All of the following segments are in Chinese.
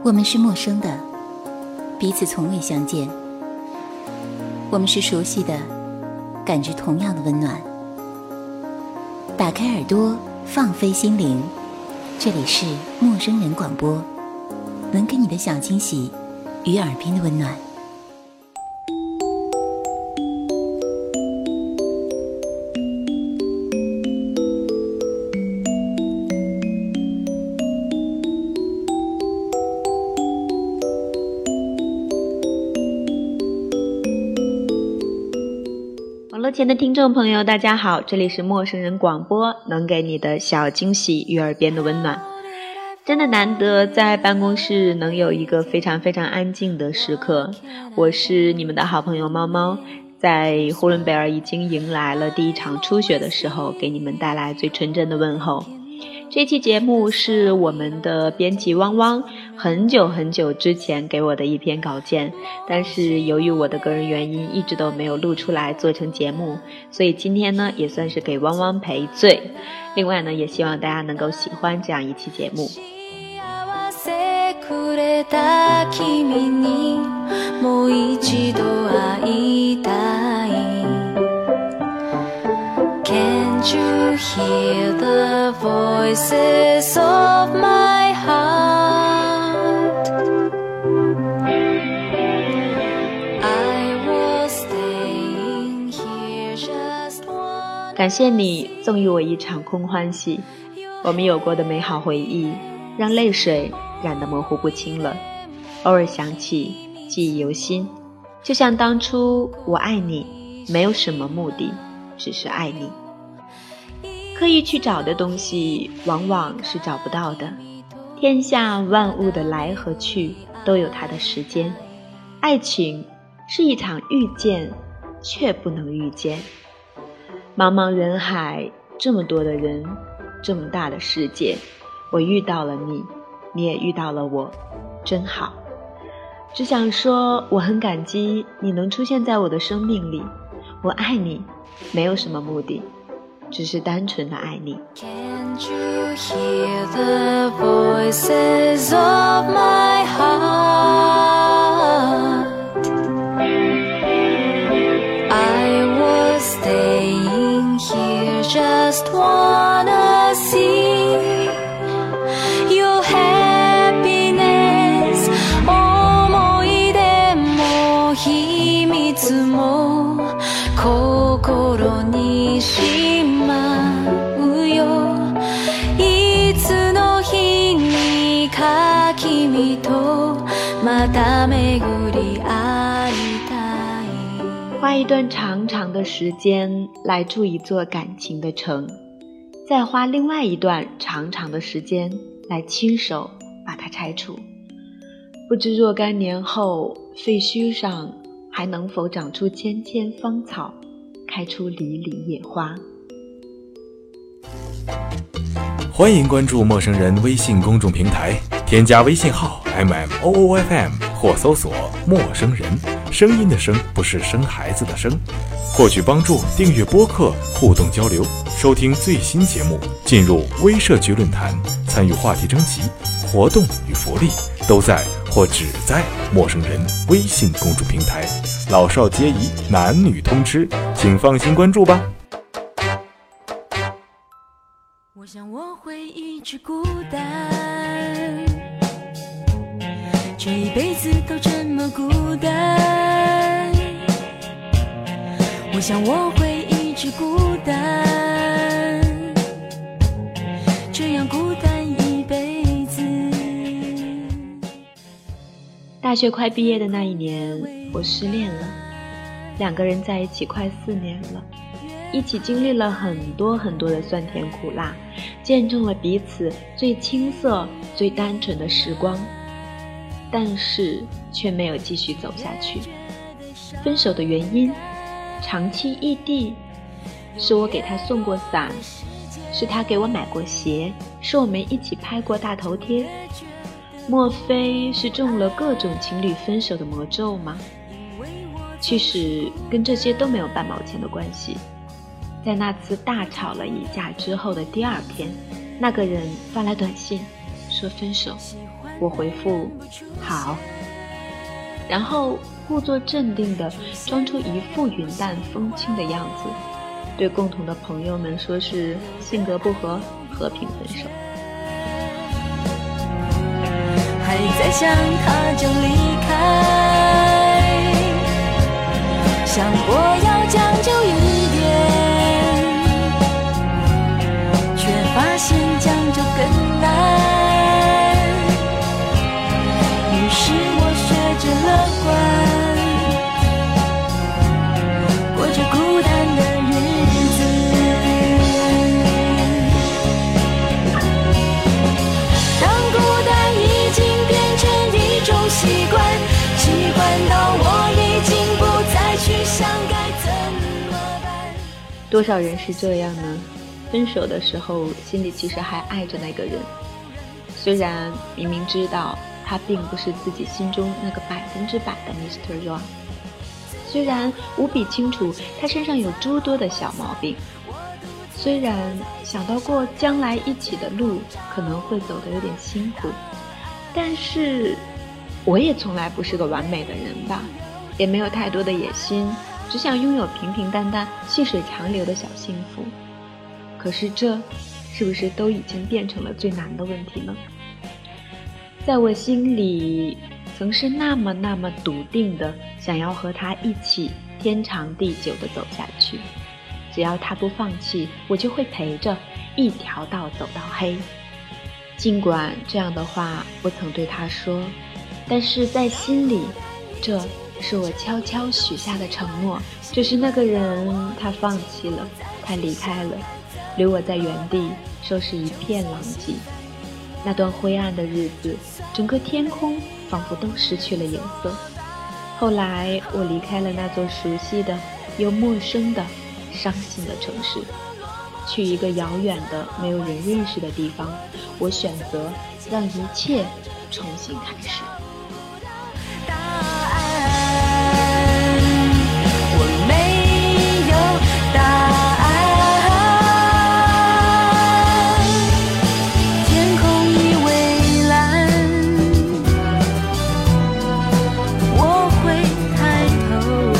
我们是陌生的，彼此从未相见。我们是熟悉的，感知同样的温暖。打开耳朵，放飞心灵，这里是陌生人广播，能给你的小惊喜与耳边的温暖。 网络前的听众朋友大家好，这里是陌生人广播，能给你的小惊喜与耳边的温暖。真的难得在办公室能有一个非常非常安静的时刻。我是你们的好朋友猫猫，在呼伦贝尔已经迎来了第一场初雪的时候，给你们带来最纯真的问候。这期节目是我们的编辑汪汪很久很久之前给我的一篇稿件，但是由于我的个人原因一直都没有录出来做成节目，所以今天呢也算是给汪汪赔罪。另外呢也希望大家能够喜欢这样一期节目。 Can't you hear the voices of my heart? I was staying here just one. 感谢你赠予我一场空欢喜，我们有过的美好回忆让泪水染得模糊不清了，偶尔想起记忆犹新，就像当初我爱你没有什么目的，只是爱你。刻意去找的东西往往是找不到的，天下万物的来和去都有它的时间，爱情是一场遇见却不能遇见。茫茫人海，这么多的人，这么大的世界，我遇到了你，你也遇到了我，真好。只想说我很感激你能出现在我的生命里，我爱你没有什么目的，只是单纯的爱你。 Can't you hear the voices of my heart? I was staying here just wanna see your happiness 思い出も秘密も心にしまうよいつの日にか君とまた巡り会いたい。 花一段长长的时间来筑一座感情的城，再花另外一段长长的时间来亲手把它拆除。不知若干年后，废墟上还能否长出芊芊芳草，开出离离野花。 欢迎关注陌生人微信公众平台，添加微信号 MMOOFM 或搜索陌生人，声音的声，不是生孩子的生。获取帮助，订阅播客，互动交流，收听最新节目，进入微社区论坛，参与话题征集，活动与福利都在或只在陌生人微信公众平台，老少皆宜，男女通吃，请放心关注吧。 我想我会一直孤单，这一辈子都这么孤单。我想我会一直孤单，这样孤单一辈子。 大学快毕业的那一年，我失恋了，2个人在一起快4年了，一起经历了很多很多的酸甜苦辣，见证了彼此最青涩最单纯的时光，但是却没有继续走下去。分手的原因，长期异地，是我给他送过伞，是他给我买过鞋，是我们一起拍过大头贴。莫非是中了各种情侣分手的魔咒吗？其实跟这些都没有半毛钱的关系。在那次大吵了一架之后的第2天，那个人发来短信说分手。 我回复好，然后故作镇定地装出一副云淡风轻的样子，对共同的朋友们说是性格不合，和平分手。 还在想他就离开，想过要将就一点，却发现将就更难，于是我学着乐观，过着孤单的日子。当孤单已经变成一种习惯，习惯到我已经不再去想该怎么办。 多少人是这样呢？分手的时候心里其实还爱着那个人，虽然明明知道他并不是自己心中那个100%的 Mr. Right， 虽然无比清楚他身上有诸多的小毛病，虽然想到过将来一起的路可能会走得有点辛苦，但是我也从来不是个完美的人吧，也没有太多的野心，只想拥有平平淡淡细水长流的小幸福。可是这是不是都已经变成了最难的问题呢？在我心里曾是那么笃定的想要和他一起天长地久地走下去，只要他不放弃，我就会陪着一条道走到黑。尽管这样的话不曾对他说，但是在心里，这是我悄悄许下的承诺。只是那个人他放弃了，他离开了，留我在原地，收拾一片狼藉。那段灰暗的日子，整个天空仿佛都失去了颜色。后来我离开了那座熟悉的又陌生的伤心的城市，去一个遥远的没有人认识的地方。我选择让一切重新开始。 答案我没有答案，天空已蔚蓝，我会抬头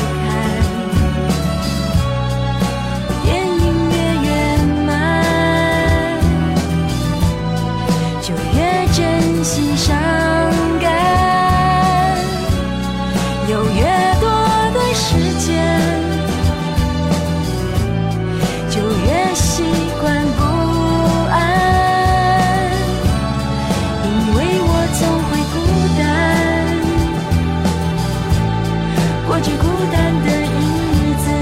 看，电影越圆满，就越珍惜伤感，有越多的时间，就越习惯不安，因为我总会孤单，过着孤单的日子，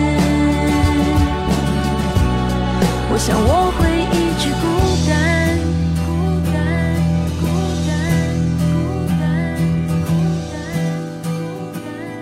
我想我会一直孤单，孤单，孤单，孤单，孤单，孤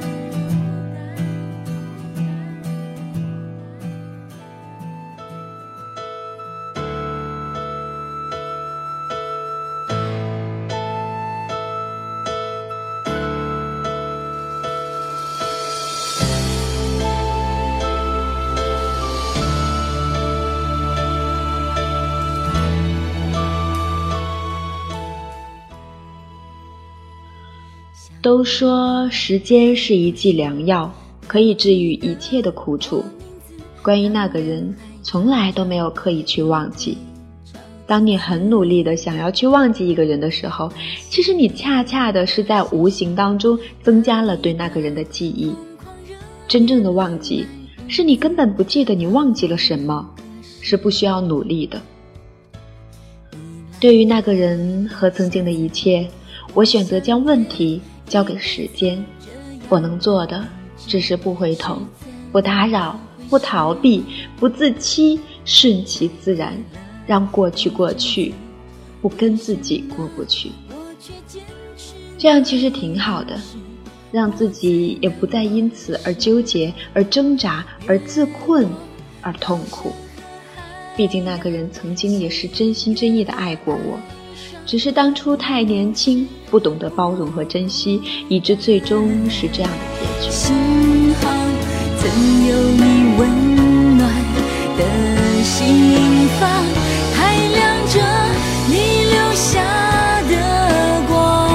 都说时间是一剂良药，可以治愈一切的苦楚。关于那个人，从来都没有刻意去忘记。当你很努力的想要去忘记一个人的时候，其实你恰恰的是在无形当中增加了对那个人的记忆。真正的忘记，是你根本不记得你忘记了什么，是不需要努力的。对于那个人和曾经的一切，我选择将问题交给时间。我能做的只是不回头，不打扰，不逃避，不自欺，顺其自然，让过去过去，不跟自己过不去。这样其实挺好的，让自己也不再因此而纠结，而挣扎，而自困，而痛苦。毕竟那个人曾经也是真心真意的爱过我，只是当初太年轻，不懂得包容和珍惜，以致最终是这样的结局。 幸好曾有你温暖的心房，还亮着你留下的光。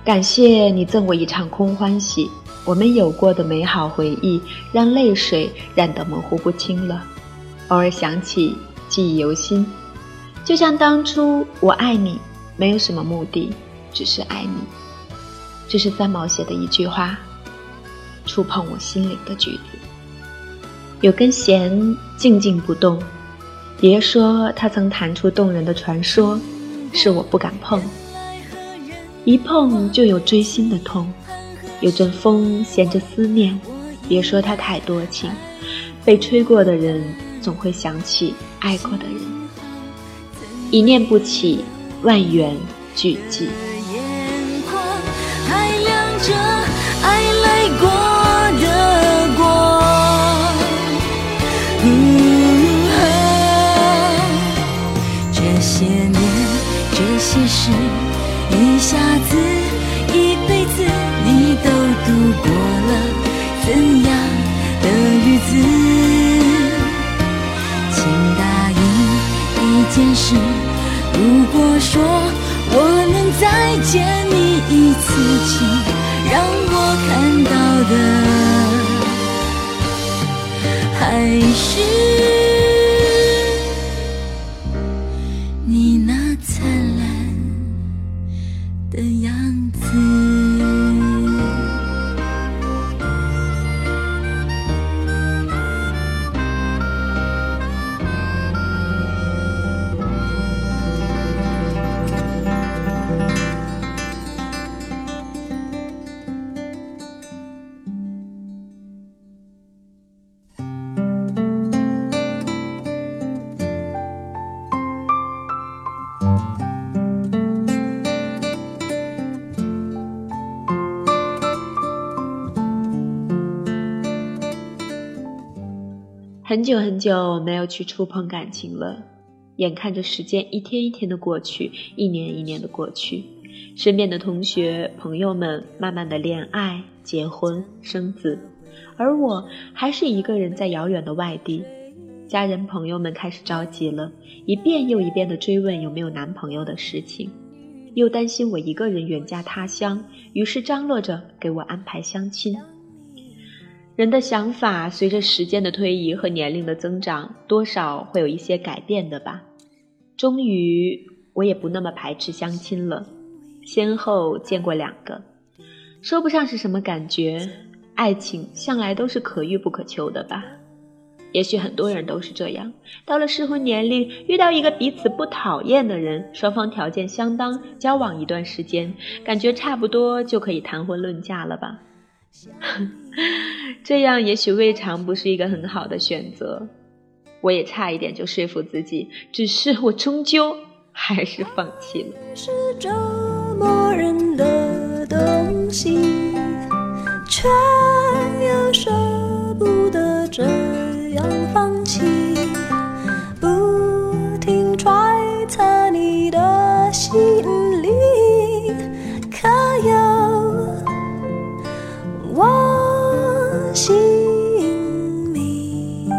感谢你赠我一场空欢喜，我们有过的美好回忆让泪水染得模糊不清了，偶尔想起记忆犹新。就像当初我爱你没有什么目的，只是爱你。这是三毛写的一句话，触碰我心灵的句子。有根弦静静不动，爷爷说他曾弹出动人的传说，是我不敢碰，一碰就有锥心的痛。有阵风衔着思念，别说他太多情，被吹过的人总会想起爱过的人，一念不起，万缘俱寂。 还亮着爱来过的光，这些年这些事，一下子一辈子你都度过了怎样的日子？请答应一件事，如果说我能再见你一次，请让我看到的还是你那灿烂的样子。 很久很久没有去触碰感情了，眼看着时间一天一天的过去，一年一年的过去，身边的同学朋友们慢慢的恋爱结婚生子，而我还是一个人在遥远的外地。家人朋友们开始着急了，一遍又一遍的追问有没有男朋友的事情，又担心我一个人远嫁他乡，于是张罗着给我安排相亲。人的想法随着时间的推移和年龄的增长，多少会有一些改变的吧。终于我也不那么排斥相亲了，先后见过2个，说不上是什么感觉，爱情向来都是可遇不可求的吧。也许很多人都是这样，到了适婚年龄，遇到一个彼此不讨厌的人，双方条件相当，交往一段时间，感觉差不多就可以谈婚论嫁了吧。这样也许未尝不是一个很好的选择，我也差一点就说服自己，只是我终究还是放弃了。 是折磨人的东西，却又舍不得这样放弃，不停揣测你的心里，可有我姓名？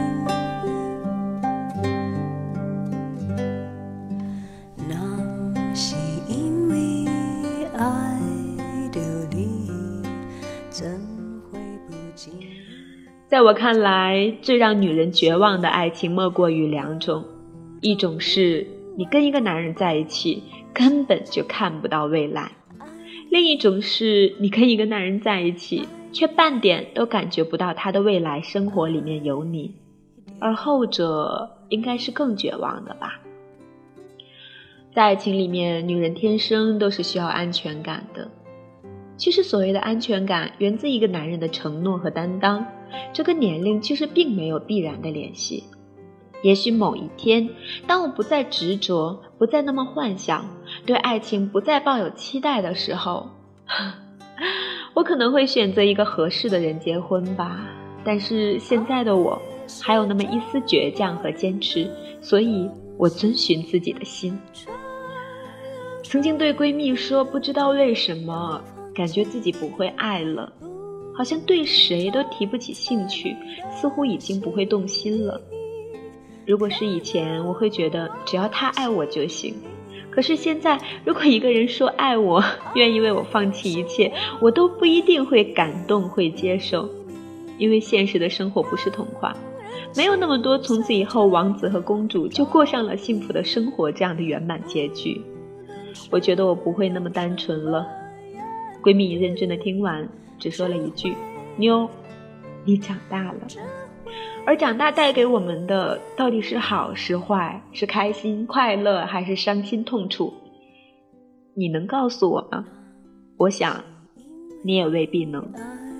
那是因为爱的你，怎会不经？ 在我看来，最让女人绝望的爱情莫过于2种，一种是你跟一个男人在一起，根本就看不到未来；另一种是你跟一个男人在一起，却半点都感觉不到他的未来生活里面有你，而后者应该是更绝望的吧。在爱情里面，女人天生都是需要安全感的。其实所谓的安全感源自一个男人的承诺和担当，这跟年龄其实并没有必然的联系。也许某一天，当我不再执着，不再那么幻想，对爱情不再抱有期待的时候，我可能会选择一个合适的人结婚吧。但是现在的我还有那么一丝倔强和坚持，所以我遵循自己的心。曾经对闺蜜说，不知道为什么感觉自己不会爱了，好像对谁都提不起兴趣，似乎已经不会动心了。如果是以前，我会觉得只要他爱我就行， 可是现在，如果一个人说爱我，愿意为我放弃一切，我都不一定会感动，会接受。因为现实的生活不是童话，没有那么多从此以后王子和公主就过上了幸福的生活这样的圆满结局。我觉得我不会那么单纯了。闺蜜认真的听完，只说了一句：妞，你长大了。而长大带给我们的到底是好是坏，是开心快乐还是伤心痛楚，你能告诉我吗？我想你也未必能。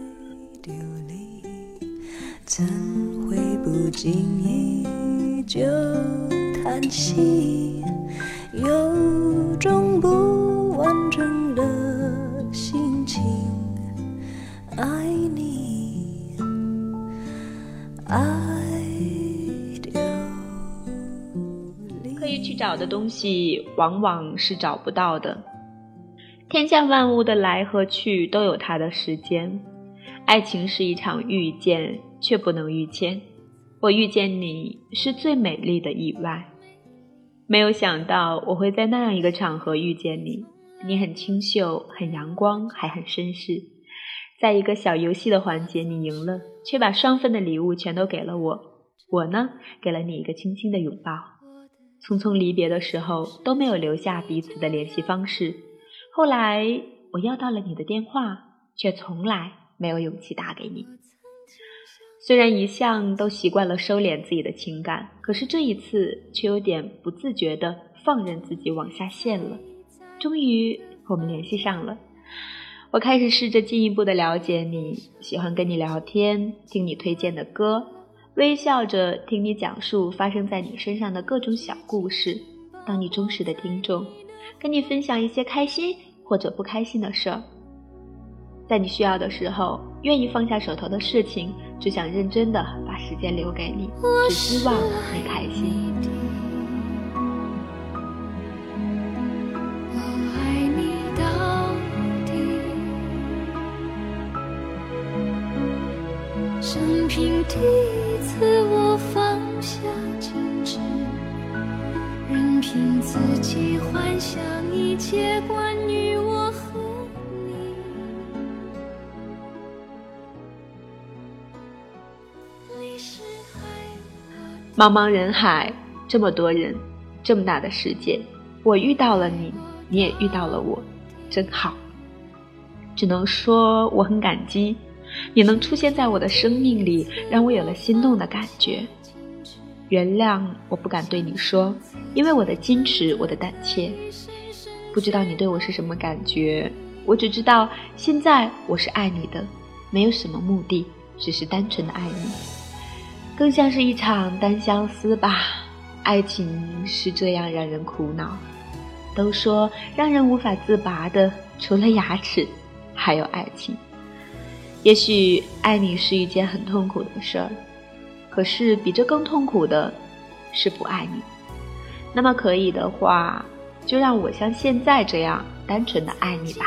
怎会不经意就叹息，有种不完整的心情，爱你爱丢离。 可以去找的东西往往是找不到的，天下万物的来和去都有它的时间，爱情是一场遇见，却不能预见。我遇见你是最美丽的意外，没有想到我会在那样一个场合遇见你。你很清秀，很阳光，还很绅士。在一个小游戏的环节你赢了，却把双份的礼物全都给了我。我呢，给了你一个轻轻的拥抱。匆匆离别的时候都没有留下彼此的联系方式，后来我要到了你的电话，却从来没有勇气打给你。虽然一向都习惯了收敛自己的情感，可是这一次却有点不自觉地放任自己往下陷了。终于我们联系上了，我开始试着进一步地了解你，喜欢跟你聊天，听你推荐的歌，微笑着听你讲述发生在你身上的各种小故事，当你忠实的听众，跟你分享一些开心或者不开心的事儿。在你需要的时候，愿意放下手头的事情，只想认真的把时间留给你，只希望你开心。 我爱你到底，生平第一次我放下矜持，任凭自己幻想一切关于我和茫茫人海，这么多人，这么大的世界，我遇到了你，你也遇到了我，真好。只能说我很感激你能出现在我的生命里，让我有了心动的感觉。原谅我不敢对你说，因为我的矜持，我的胆怯。不知道你对我是什么感觉，我只知道现在我是爱你的，没有什么目的，只是单纯的爱你。更像是一场单相思吧，爱情是这样让人苦恼。都说让人无法自拔的，除了牙齿，还有爱情。也许爱你是一件很痛苦的事儿，可是比这更痛苦的是不爱你。那么可以的话，就让我像现在这样单纯的爱你吧。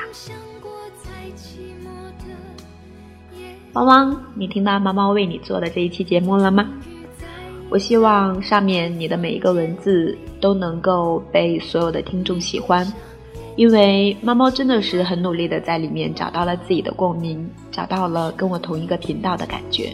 汪汪，你听到猫猫为你做的这一期节目了吗？我希望上面你的每一个文字都能够被所有的听众喜欢，因为猫猫真的是很努力的在里面找到了自己的共鸣，找到了跟我同一个频道的感觉。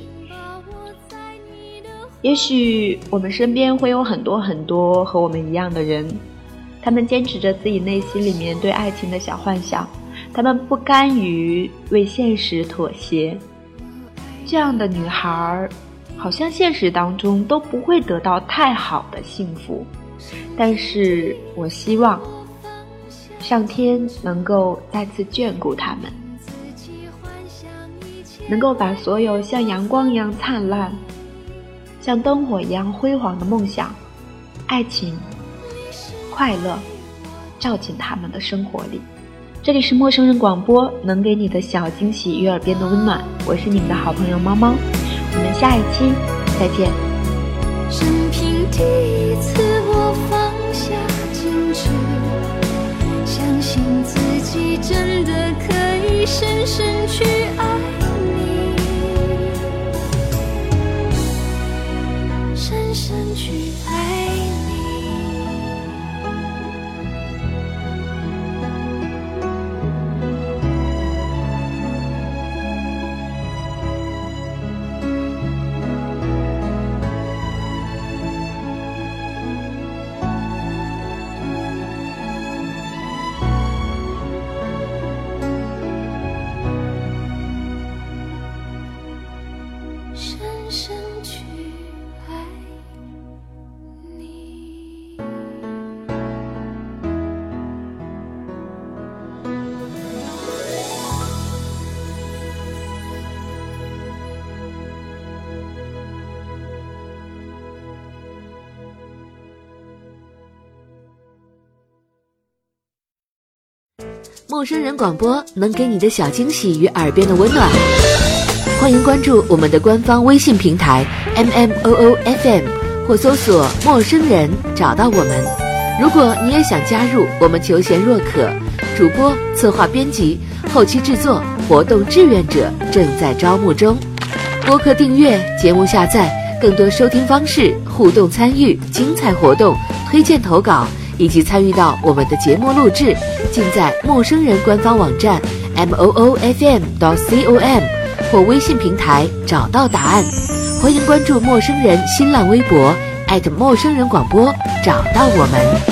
也许我们身边会有很多很多和我们一样的人，他们坚持着自己内心里面对爱情的小幻想，他们不甘于为现实妥协。这样的女孩好像现实当中都不会得到太好的幸福，但是我希望上天能够再次眷顾他们，能够把所有像阳光一样灿烂，像灯火一样辉煌的梦想、爱情、快乐照进他们的生活里。这里是陌生人广播，能给你的小惊喜与耳边的温暖，我是你们的好朋友猫猫，我们下一期再见。 任凭第一次我放下矜持，相信自己真的可以深深去爱你，深深去爱你。 陌生人广播能给你的小惊喜与耳边的温暖。欢迎关注我们的官方微信平台 MMOOFM 或搜索陌生人找到我们。如果你也想加入，我们求贤若渴，主播、策划、编辑、后期制作、活动志愿者正在招募中。播客订阅、节目下载、更多收听方式、互动参与、精彩活动、推荐投稿以及参与到我们的节目录制，尽在陌生人官方网站 moofm.com 或微信平台找到答案。欢迎关注陌生人新浪微博陌生人广播，找到我们。